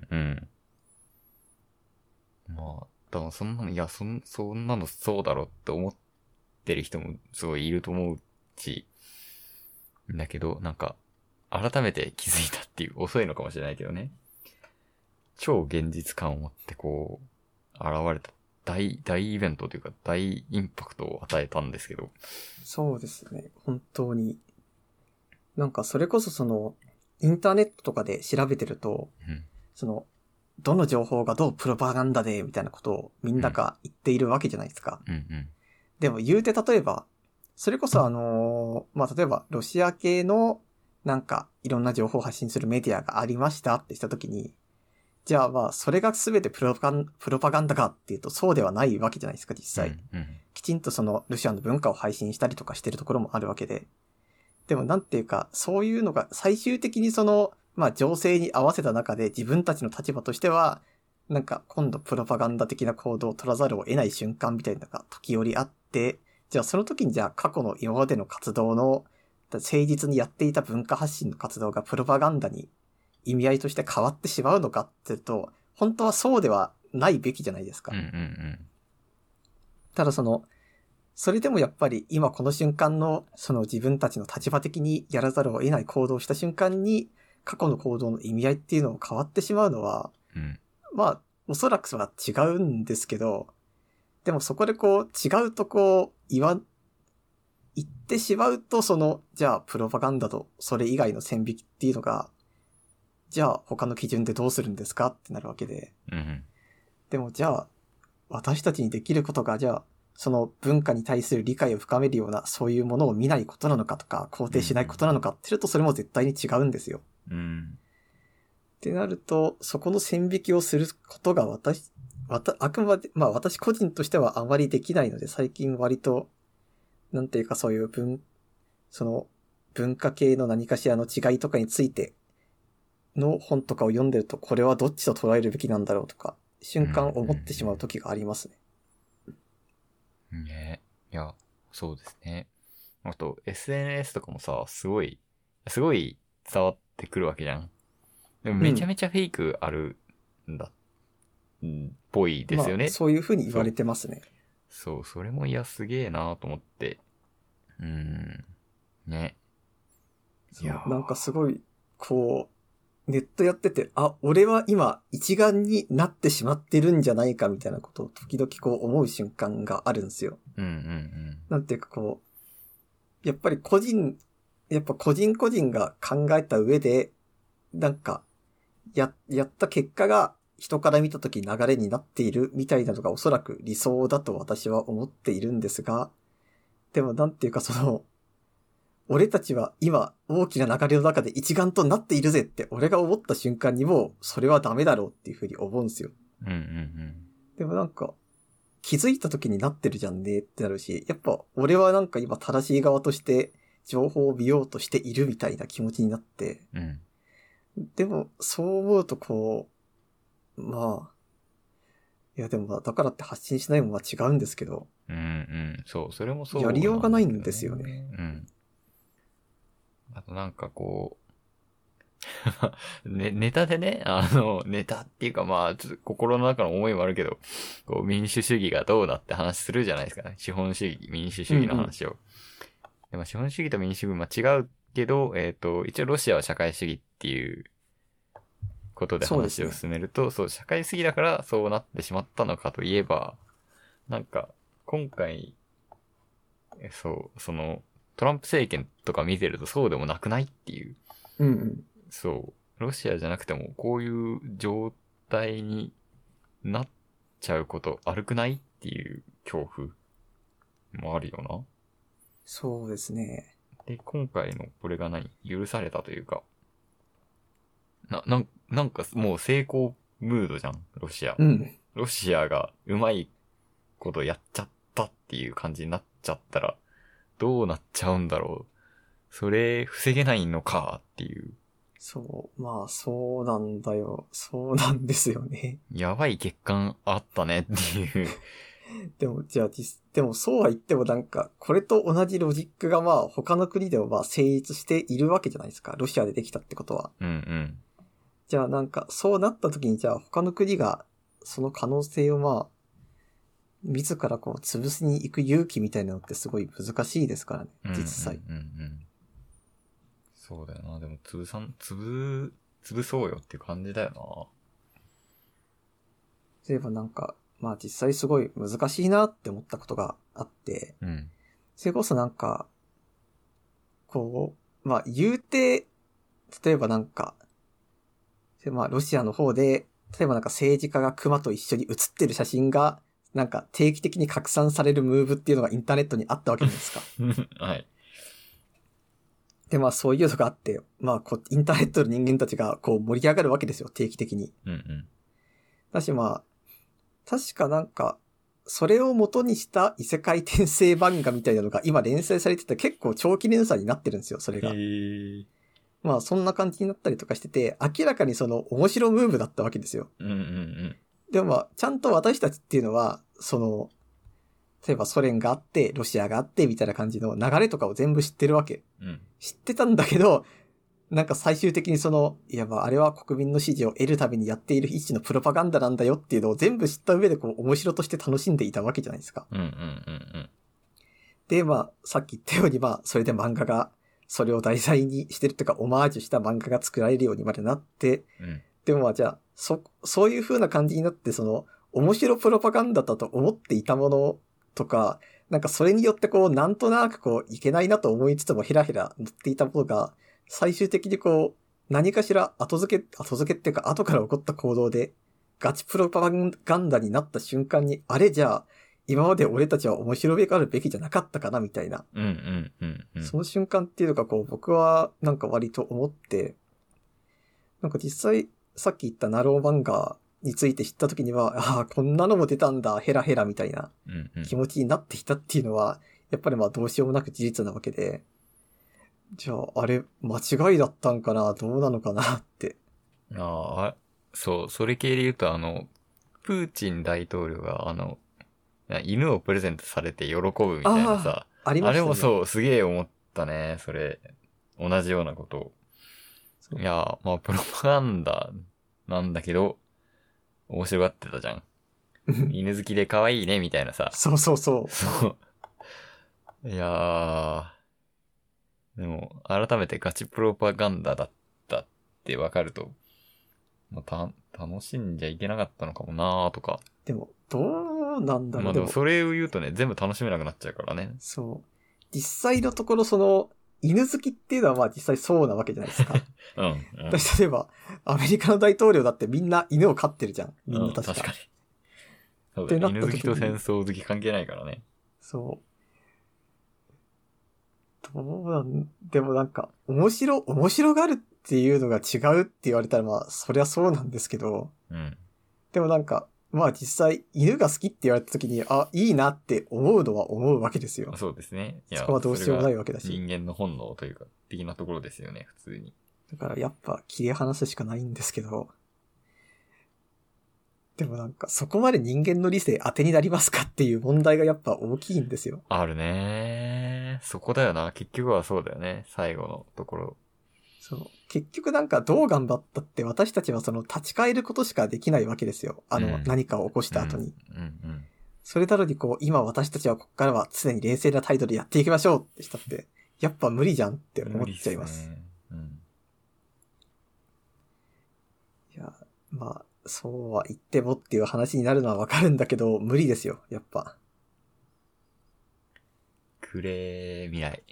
まあ、多分そんなの、いや、そんなのそうだろって思ってる人もすごいいると思うし、だけど、なんか、改めて気づいたっていう、遅いのかもしれないけどね。超現実感を持ってこう、現れた大イベントというか、大インパクトを与えたんですけど。 そうですね、本当に。なんかそれこそインターネットとかで調べてると、どの情報がどうプロパガンダで、みたいなことをみんなが言っているわけじゃないですか。でも言うて例えば、それこそ例えばロシア系のなんかいろんな情報を発信するメディアがありましたってしたときに、じゃあそれが全てプロパガンダかっていうとそうではないわけじゃないですか、実際。きちんとロシアの文化を配信したりとかしてるところもあるわけで。でもなんていうか、そういうのが最終的に情勢に合わせた中で自分たちの立場としては、なんか今度プロパガンダ的な行動を取らざるを得ない瞬間みたいなのが時折あって、じゃあその時に過去の今までの活動の誠実にやっていた文化発信の活動がプロパガンダに意味合いとして変わってしまうのかっていうと、本当はそうではないべきじゃないですか。ただそれでもやっぱり今この瞬間の自分たちの立場的にやらざるを得ない行動をした瞬間に過去の行動の意味合いっていうのを変わってしまうのは、おそらくは違うんですけど、でもそこで違うと言ってしまうとじゃあプロパガンダとそれ以外の線引きっていうのが、じゃあ他の基準でどうするんですかってなるわけで。でもじゃあ私たちにできることがじゃあその文化に対する理解を深めるようなそういうものを見ないことなのかとか肯定しないことなのかっていうとそれも絶対に違うんですよ。ってなるとそこの線引きをすることがあくまで私個人としてはあまりできないので最近割となんていうかそういう文化系の何かしらの違いとかについての本とかを読んでるとこれはどっちと捉えるべきなんだろうとか瞬間思ってしまう時がありますね。 ね。いや、そうですね。あと、SNS とかもさ、すごい伝わってくるわけじゃん。でもめちゃめちゃフェイクあるんだ、ぽいですよね。 そういう風に言われてますね。 そう、それもすげえなと思って。ね。 いや、なんかすごい、ネットやってて、俺は今一丸になってしまってるんじゃないかみたいなことを時々思う瞬間があるんですよ。なんていうかやっぱり個人個人が考えた上で、なんか、やった結果が人から見た時流れになっているみたいなのがおそらく理想だと私は思っているんですが、でもなんていうか俺たちは今大きな流れの中で一丸となっているぜって俺が思った瞬間にもうそれはダメだろうっていう風に思うんですよ。でもなんか気づいた時になってるじゃんねってなるし、やっぱ俺はなんか今正しい側として情報を見ようとしているみたいな気持ちになって、でもそう思うといやでもだからって発信しないのは違うんですけど、 そう、それもそう、 やりようがないんですよね。 あとなんかネタでね、ネタっていうかちょっと心の中の思いもあるけど、民主主義がどうだって話するじゃないですかね。資本主義、民主主義の話を。でも資本主義と民主主義違うけど、一応ロシアは社会主義っていうことで話を進めると、そう、社会主義だからそうなってしまったのかといえば、なんか、今回、トランプ政権とか見てるとそうでもなくないっていう。そう。ロシアじゃなくてもこういう状態になっちゃうこと悪くないっていう恐怖もあるよな。 そうですね。 で、今回のこれが許されたというか、なんかもう成功ムードじゃん、ロシア。ロシアがうまいことやっちゃったっていう感じになっちゃったら、どうなっちゃうんだろう。それ防げないのかっていう。 そう、そうなんだよ。そうなんですよね。 やばい欠陥あったねっていう。 でも、じゃあでもそうは言ってもなんか、これと同じロジックがまあ他の国でもまあ成立しているわけじゃないですか。ロシアでできたってことは。 うんうん。 じゃあなんか、そうなった時にじゃあ他の国がその可能性をまあ、自らこう潰しに行く勇気みたいなのってすごい難しいですからね、実際。 うんうんうん。そうだよな。でも潰そうよっていう感じだよな。 例えばなんか、まあ実際すごい難しいなって思ったことがあって、 うん。 それこそなんか、こう、まあ言うて、例えばなんか、まあロシアの方で、例えばなんか政治家が熊と一緒に写ってる写真が、なんか定期的に拡散されるムーブっていうのがインターネットにあったわけじゃないですか。 はい。 で、まあそういうのがあって、まあインターネットの人間たちがこう盛り上がるわけですよ、定期的に。 うんうん。 だしまあ、確かなんか、それを元にした異世界転生漫画みたいなのが今連載されてて結構長期連載になってるんですよ、それが。まあそんな感じになったりとかしてて、明らかにその面白ムーブだったわけですよ。 うんうんうん。 でもまあ、ちゃんと私たちっていうのは、その、例えばソ連があって、ロシアがあってみたいな感じの流れとかを全部知ってるわけ。 うん。 知ってたんだけど、なんか最終的にその、いやまああれは国民の支持を得るためにやっている一種のプロパガンダなんだよっていうのを全部知った上でこう面白として楽しんでいたわけじゃないですか。 うんうんうんうん。 で、まあさっき言ったようにまあそれで漫画が、それを題材にしてるとかオマージュした漫画が作られるようにまでなって、 うん、 でもまあじゃあ、そういう風な感じになってその、面白プロパガンダだと思っていたものとか、なんかそれによってこう、なんとなくこう、いけないなと思いつつもヘラヘラ乗っていたものが、最終的にこう、何かしら後付けっていうか後から起こった行動で、ガチプロパガンダになった瞬間に、あれじゃあ、今まで俺たちは面白がるべきじゃなかったかなみたいな。 うんうんうんうん。 その瞬間っていうのがこう、僕はなんか割と思って、なんか実際、さっき言ったナロー漫画について知った時には、ああ、こんなのも出たんだ、ヘラヘラみたいな気持ちになってきたっていうのは、やっぱりまあどうしようもなく事実なわけで、じゃあ、あれ、間違いだったんかな、どうなのかなって。 ああ、そう、それ系で言うとプーチン大統領が犬をプレゼントされて喜ぶみたいなさ、 ありましたね。 あれもそう、すげえ思ったね、それ。同じようなことを。いや、まあ、プロパガンダなんだけど、面白がってたじゃん。犬好きで可愛いね、みたいなさ。 そうそうそう。 そう。いやー、でも、改めてガチプロパガンダだったってわかると、まあ、楽しんじゃいけなかったのかもなーとか。 でも、どうなんだろう。 まあでもそれを言うとね、全部楽しめなくなっちゃうからね。 そう。実際のところその、犬好きっていうのはまあ実際そうなわけじゃないですか。 うん、うん。 例えば、アメリカの大統領だってみんな犬を飼ってるじゃん。みんな確か。 確かに。そうだね。犬好きと戦争好き関係ないからね。 そう。でもなんか、面白がるっていうのが違うって言われたらまあ、そりゃそうなんですけど。 うん。 でもなんか、まあ実際、犬が好きって言われた時に、あ、いいなって思うのは思うわけですよ。 そうですね。いや、 そこはどうしようもないわけだし。 人間の本能というか、的なところですよね、普通に。 だからやっぱ切り離すしかないんですけど。でもなんか、そこまで人間の理性当てになりますかっていう問題がやっぱ大きいんですよ。 あるね。そこだよな。結局はそうだよね。最後のところ。 そう。結局なんかどう頑張ったって私たちはその立ち返ることしかできないわけですよ。何かを起こした後に。それなのにこう、今私たちはここからは常に冷静な態度でやっていきましょうってしたって、やっぱ無理じゃんって思っちゃいます。いや、まあ、そうは言ってもっていう話になるのはわかるんだけど、無理ですよ、やっぱ。 くれ未来。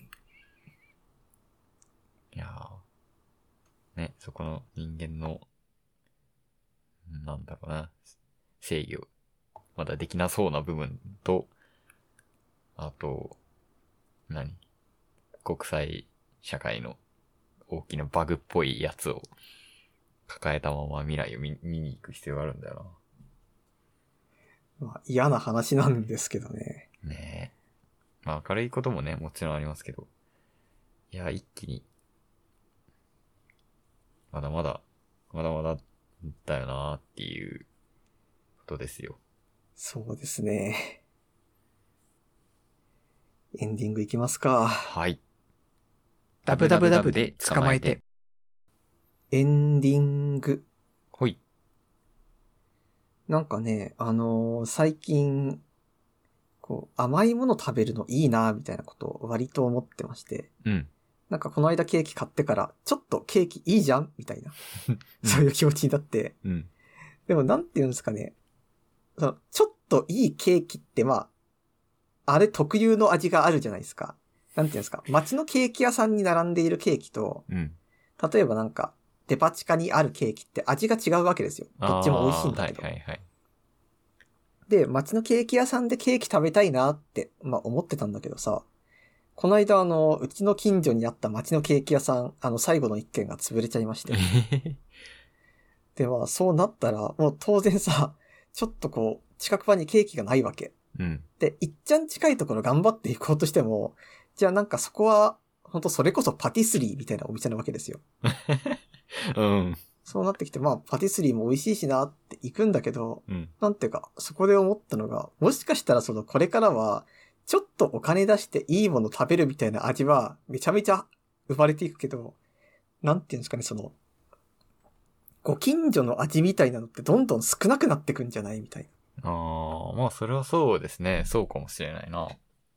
いやー。ね、そこの人間の、なんだろうな、制御、まだできなそうな部分と、あと、国際社会の大きなバグっぽいやつを抱えたまま未来を見に行く必要があるんだよな。まあ、嫌な話なんですけどね。 ねえ。まあ明るいこともね、もちろんありますけど。いや、一気に、まだまだだよなっていうことですよ。 そうですね。エンディングいきますか。 はい。 ダブダブダブで捕まえて。エンディング。 ほい。 なんかね、最近、こう、甘いもの食べるのいいなみたいなことを割と思ってまして。 うん。 なんかこの間ケーキ買ってから、ちょっとケーキいいじゃんみたいな。そういう気持ちになって。 うん。 でもなんて言うんですかね。ちょっといいケーキってまあ、あれ特有の味があるじゃないですか。なんて言うんですか。街のケーキ屋さんに並んでいるケーキと、 うん。 例えばなんか、デパ地下にあるケーキって味が違うわけですよ。どっちも美味しいんだけど。 はいはいはい。 で、街のケーキ屋さんでケーキ食べたいなって、まあ思ってたんだけどさ、この間うちの近所にあった街のケーキ屋さん、最後の一軒が潰れちゃいまして。で、まあそうなったら、もう当然さ、ちょっとこう、近く場にケーキがないわけ。 うん。 で、いっちゃん近いところ頑張っていこうとしても、じゃあなんかそこは、ほんとそれこそパティスリーみたいなお店なわけですよ。 うん。 そうなってきて、まあパティスリーも美味しいしなって行くんだけど、 うん、 なんていうか、そこで思ったのが、もしかしたらこれからは、ちょっとお金出していいもの食べるみたいな味は、めちゃめちゃ生まれていくけど、なんていうんですかね、ご近所の味みたいなのってどんどん少なくなってくんじゃないみたいな。 まあそれはそうですね。そうかもしれないな。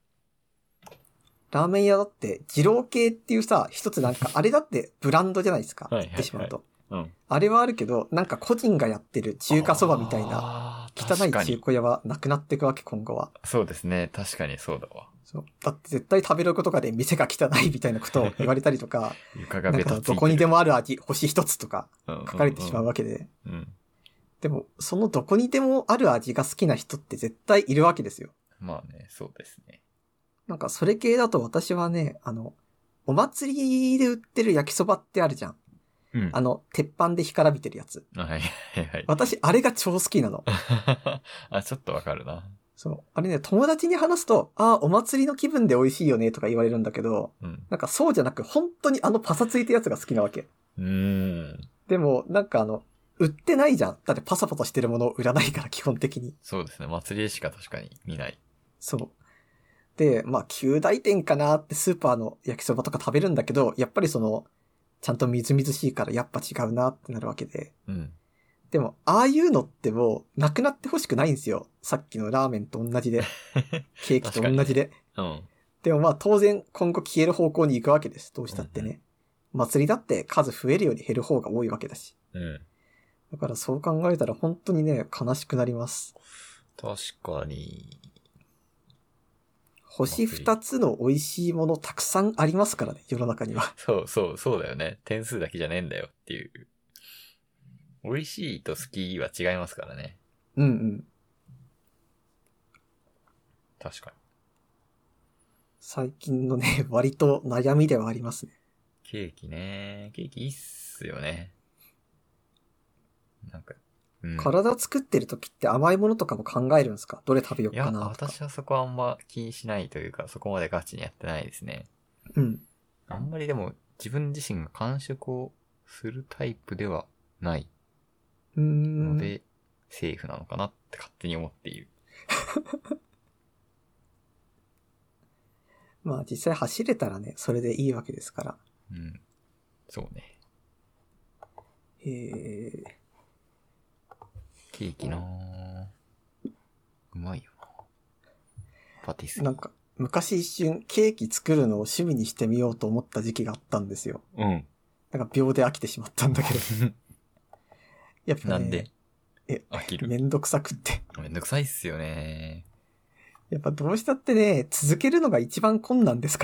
ラーメン屋だって、二郎系っていうさ、一つなんか、あれだってブランドじゃないですか。 はいはいはい、 言ってしまうと。 うん。 あれはあるけど、なんか個人がやってる中華そばみたいな、汚い中古屋はなくなっていくわけ、今後は。 そうですね。確かにそうだわ。 そう。だって絶対食べログとかで店が汚いみたいなことを言われたりとか、 床がベタついてる。 なんかどこにでもある味、星一つとか書かれてしまうわけで。 うん。 でも、そのどこにでもある味が好きな人って絶対いるわけですよ。 まあね、そうですね。 なんかそれ系だと私はね、お祭りで売ってる焼きそばってあるじゃん。 うん。 鉄板で干からびてるやつ。 はいはいはい。 私、あれが超好きなの。 あ、ちょっとわかるな。 そう。あれね、友達に話すと、お祭りの気分で美味しいよねとか言われるんだけど、 うん、 なんかそうじゃなく、本当にパサついたやつが好きなわけ。でも、なんか売ってないじゃん。だってパサパサしてるものを売らないから、基本的に。 そうですね。祭りでしか確かに見ない。 そう。で、まあ、旧大店かなってスーパーの焼きそばとか食べるんだけど、やっぱりちゃんとみずみずしいからやっぱ違うなってなるわけで。 うん。 でも、ああいうのってもう、なくなってほしくないんですよ。さっきのラーメンと同じで。ケーキと同じで。 うん。 でもまあ、当然、今後消える方向に行くわけです。どうしたってね。祭りだって数増えるより減る方が多いわけだし。 うん。 だからそう考えたら本当にね、悲しくなります。 確かに。 星2つの美味しいものたくさんありますからね、世の中には。 そうだよね。点数だけじゃねえんだよっていう。美味しいと好きは違いますからね。 うんうん。 確かに。 最近のね、割と悩みではありますね。 ケーキね。ケーキいいっすよね。なんか、 うん、体作ってる時って甘いものとかも考えるんですか？どれ食べようかなとか。 いや、私はそこはあんま気にしないというか、そこまでガチにやってないですね。 うん。 あんまりでも自分自身が完食をするタイプではないので、セーフなのかなって勝手に思っている。 まあ実際走れたらね、それでいいわけですから。 うん。そうね。ケーキなぁ。うまいよな。パティスリー。 なんか、昔一瞬ケーキ作るのを趣味にしてみようと思った時期があったんですよ。 うん。 なんか秒で飽きてしまったんだけど。やっぱね。 なんで飽きる。めんどくさくって。 めんどくさいっすよね。 やっぱどうしたってね、続けるのが一番困難ですから。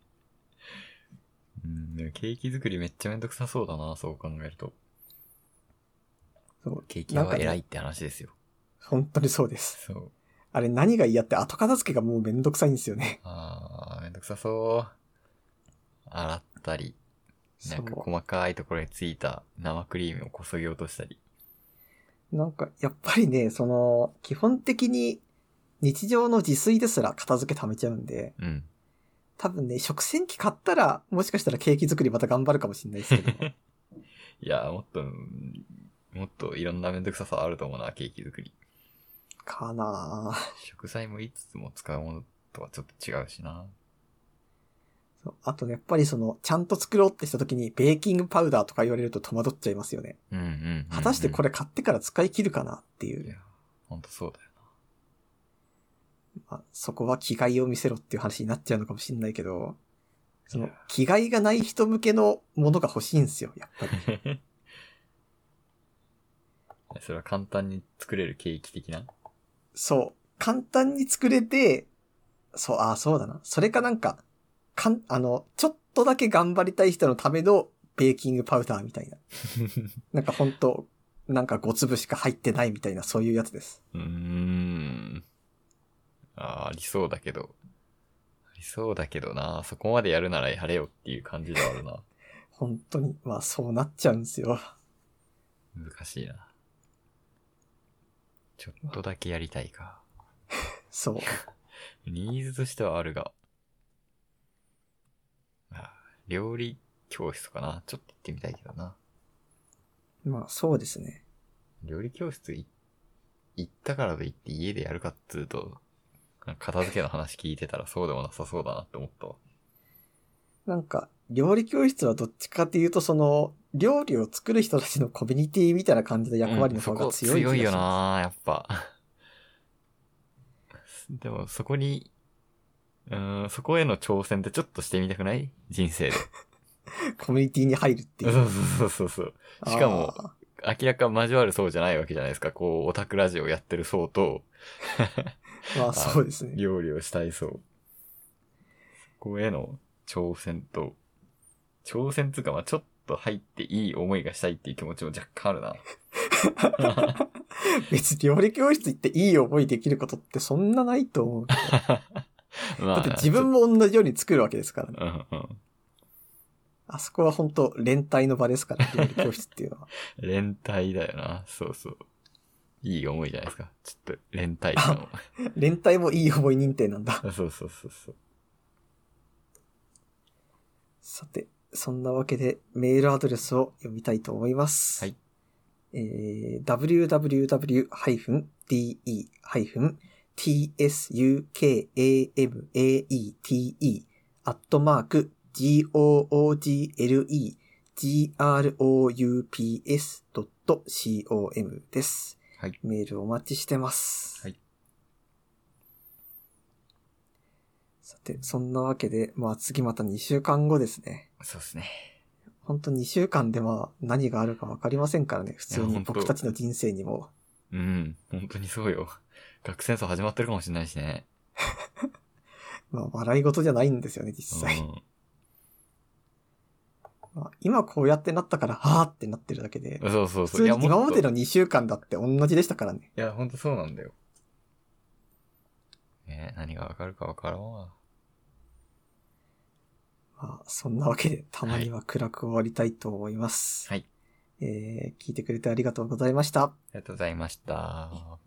でもケーキ作りめっちゃめんどくさそうだな、そう考えると。そう。ケーキは偉いって話ですよ。 本当にそうです。 そう。 あれ何が嫌って後片付けがもうめんどくさいんですよね。 めんどくさそう。洗ったり、なんか細かいところについた生クリームをこそぎ落としたり。 なんか、やっぱりね、基本的に日常の自炊ですら片付け溜めちゃうんで、うん。多分ね、食洗機買ったら、もしかしたらケーキ作りまた頑張るかもしれないですけど。 いや、もっといろんなめんどくささあると思うな、ケーキ作り。 かな。 食材もいつも使うものとはちょっと違うしな。 あとね、やっぱりちゃんと作ろうってした時に、ベーキングパウダーとか言われると戸惑っちゃいますよね。果たしてこれ買ってから使い切るかなっていう。 いや、ほんとそうだよな。まあ、そこは気概を見せろっていう話になっちゃうのかもしれないけど、気概がない人向けのものが欲しいんですよ、やっぱり。 それは簡単に作れるケーキ的な？ そう。簡単に作れて、そうだな。それかなんか、ちょっとだけ頑張りたい人のためのベーキングパウダーみたいな。なんかほんと、なんか5粒しか入ってないみたいな、そういうやつです。 ありそうだけど。ありそうだけどな。そこまでやるならやれよっていう感じではあるな。 本当に、まあそうなっちゃうんですよ。 難しいな。ちょっとだけやりたいか。 そう。 ニーズとしてはあるが。料理教室かな。ちょっと行ってみたいけどな。 まあそうですね。 料理教室行ったからといって家でやるかっつうと、片付けの話聞いてたらそうでもなさそうだなって思ったわ。 なんか、料理教室はどっちかっていうと料理を作る人たちのコミュニティみたいな感じの役割の方が強い気がします。 強いよなやっぱ。でもそこに、そこへの挑戦ってちょっとしてみたくない？人生で。 コミュニティに入るっていう。 そう。しかも、明らか交わる層じゃないわけじゃないですか。こう、オタクラジオやってる層と、 まあそうですね。 料理をしたい層。そこへの挑戦つうか、まあちょっと入っていい思いがしたいっていう気持ちも若干あるな。 別に料理教室行っていい思いできることってそんなないと思うけど。まあ、だって自分も同じように作るわけですからね。あそこは本当連帯の場ですから、料理教室っていうのは。 連帯だよな。そう。いい思いじゃないですか。ちょっと連帯感。 連帯もいい思い認定なんだ。 そう。 さて、そんなわけでメールアドレスを読みたいと思います。 はい。 www-tsukamate.groups.com です。 はい。 メールお待ちしてます。 はい。 さて、そんなわけで、まあ次また2週間後ですね。 そうですね。 ほんと2週間でまあ何があるかわかりませんからね。普通に僕たちの人生にも。 本当にそうよ。核戦争始まってるかもしれないしね。 まあ笑い事じゃないんですよね、実際。まあ、今こうやってなったから、はーってなってるだけで。 そう。 普通に今までの2週間だって同じでしたからね。 いや、ほんとそうなんだよ。何がわかるかわからんわ。 まあ、そんなわけで、たまには暗く終わりたいと思います。 はい。 聞いてくれてありがとうございました。 ありがとうございました。